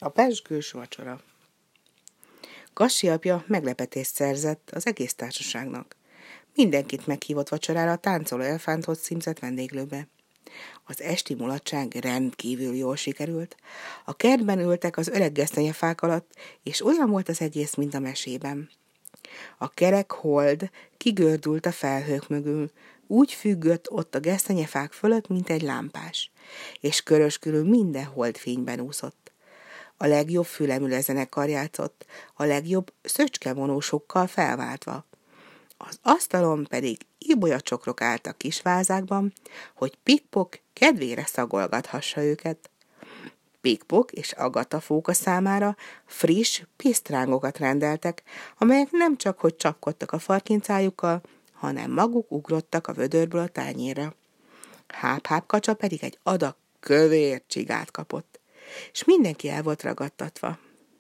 A pezsgős vacsora. Kassi apja meglepetést szerzett az egész társaságnak. Mindenkit meghívott vacsorára a táncoló elefánthoz címzett vendéglőbe. Az esti mulatság rendkívül jól sikerült. A kertben ültek az öreg gesztenyefák alatt, és olyan volt az egész, mint a mesében. A kerek hold kigördült a felhők mögül, úgy függött ott a gesztenyefák fölött, mint egy lámpás, és körös körül minden holdfényben úszott. A legjobb fülemüle zenekar játszott, a legjobb szöcskevonósokkal felváltva. Az asztalon pedig ibolyacsokrok álltak kis vázákban, hogy Pikpok kedvére szagolgathassa őket. Pikpok és Agata fóka számára friss pisztrángokat rendeltek, amelyek nem csak hogy csapkodtak a farkincájukkal, hanem maguk ugrottak a vödörből a tányérra. Háp-háp kacsa pedig egy adag kövér csigát kapott, és mindenki el volt ragadtatva.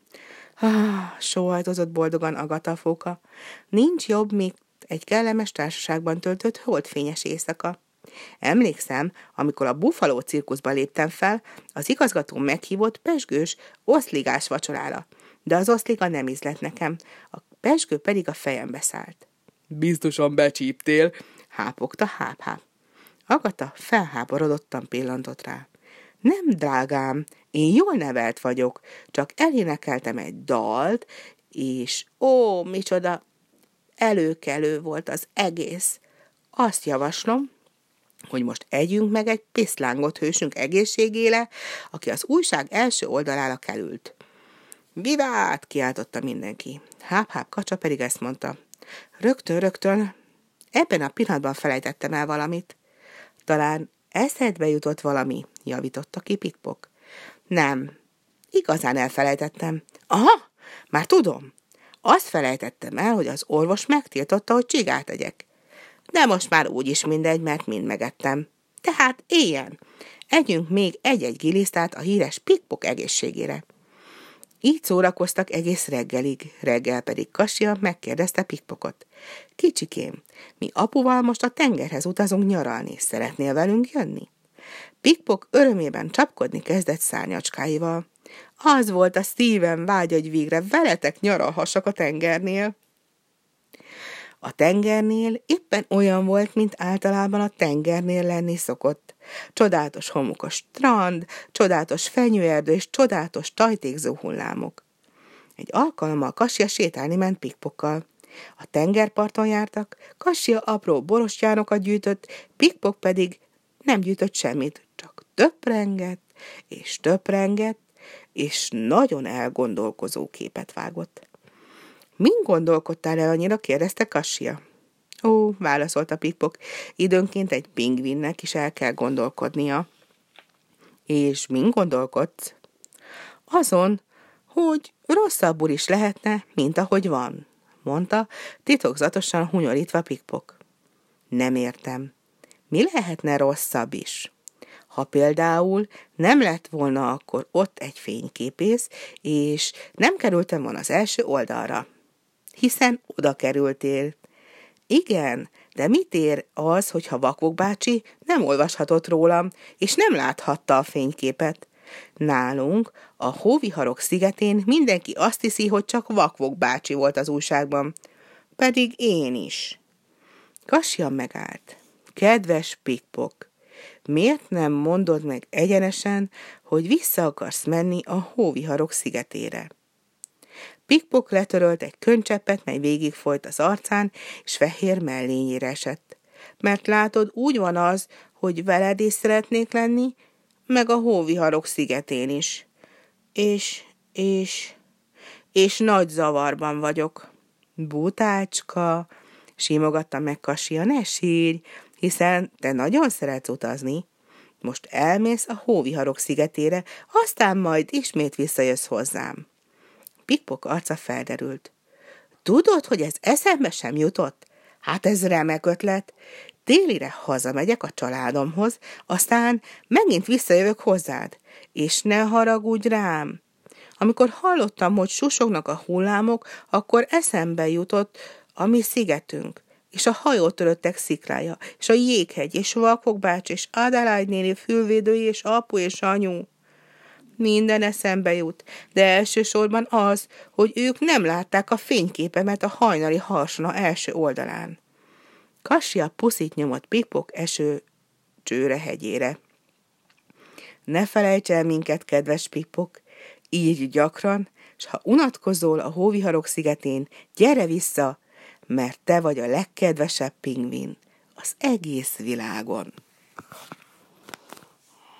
Sóhajtozott boldogan Agata fóka. Nincs jobb, mint egy kellemes társaságban töltött holdfényes éjszaka. Emlékszem, amikor a Buffalo cirkuszba léptem fel, az igazgató meghívott pezsgős oszligás vacsorára, de az oszliga nem ízlett nekem, a pezsgő pedig a fejembe szállt. Biztosan becsíptél, hápogta háp-háp. Agata felháborodottan pillantott rá. Nem, drágám, én jól nevelt vagyok, csak elénekeltem egy dalt, és micsoda előkelő volt az egész. Azt javaslom, hogy most együnk meg egy piszlángot hősünk egészségére, aki az újság első oldalára került. Vivát! Kiáltotta mindenki. Háp-háp kacsa pedig ezt mondta. Rögtön, ebben a pillanatban felejtettem el valamit. Talán eszedbe jutott valami, javította ki Pikpok. Nem, igazán elfelejtettem. Aha, már tudom. Azt felejtettem el, hogy az orvos megtiltotta, hogy csigát egyek. De most már úgyis mindegy, mert mind megettem. Tehát éljen! Együnk még egy-egy gilisztát a híres Pikpok egészségére. Így szórakoztak egész reggelig, reggel pedig Kassia megkérdezte Pikpokot. Kicsikém, mi apuval most a tengerhez utazunk nyaralni, szeretnél velünk jönni? Pikpok örömében csapkodni kezdett szárnyacskáival. Az volt a szívem vágy, hogy végre veletek nyaralhassak a tengernél. A tengernél éppen olyan volt, mint általában a tengernél lenni szokott. Csodálatos homokos strand, csodálatos fenyőerdő és csodálatos tajtékzó hullámok. Egy alkalommal Kassia sétálni ment Pikpokkal. A tengerparton jártak, Kassia apró borostyánokat gyűjtött, Pikpok pedig nem gyűjtött semmit, csak töprengett, és nagyon elgondolkozó képet vágott. Min gondolkodtál el annyira? Kérdezte Kassia. Válaszolta Pikpok, időnként egy pingvinnek is el kell gondolkodnia. És min gondolkodsz? Azon, hogy rosszabbul is lehetne, mint ahogy van, mondta, titokzatosan hunyorítva Pikpok. Nem értem. Mi lehetne rosszabb is? Ha például nem lett volna akkor ott egy fényképész, és nem kerültem volna az első oldalra. Hiszen oda kerültél. Igen, de mit ér az, hogyha Vakvok bácsi nem olvashatott rólam, és nem láthatta a fényképet? Nálunk, a Hóviharok szigetén mindenki azt hiszi, hogy csak Vakvok bácsi volt az újságban. Pedig én is. Kassia megállt. Kedves Pikpok, miért nem mondod meg egyenesen, hogy vissza akarsz menni a Hóviharok szigetére? Pikpok letörölt egy könycseppet, mely végigfolyt az arcán, és fehér mellényére esett. Mert látod, úgy van az, hogy veled is szeretnék lenni, meg a Hóviharok szigetén is. És nagy zavarban vagyok. Butácska, simogatta meg Kassia, ne sírj, hiszen te nagyon szeretsz utazni. Most elmész a Hóviharok szigetére, aztán majd ismét visszajössz hozzám. Pikpok arca felderült. Tudod, hogy ez eszembe sem jutott? Hát ez remek ötlet. Télire hazamegyek a családomhoz, aztán megint visszajövök hozzád. És ne haragudj rám. Amikor hallottam, hogy susognak a hullámok, akkor eszembe jutott a mi szigetünk, és a hajótöröttek sziklája, és a jéghegy, és Vakvok bácsi, és Adelaide néni fülvédői, és apu és anyu. Minden eszembe jut, de elsősorban az, hogy ők nem látták a fényképemet a hajnali harsona első oldalán. Kassja puszit nyomott Pik-Pok eső csőrehegyére. Ne felejts el minket, kedves Pik-Pok, így gyakran, s ha unatkozol a hóviharok szigetén, gyere vissza, mert te vagy a legkedvesebb pingvin az egész világon.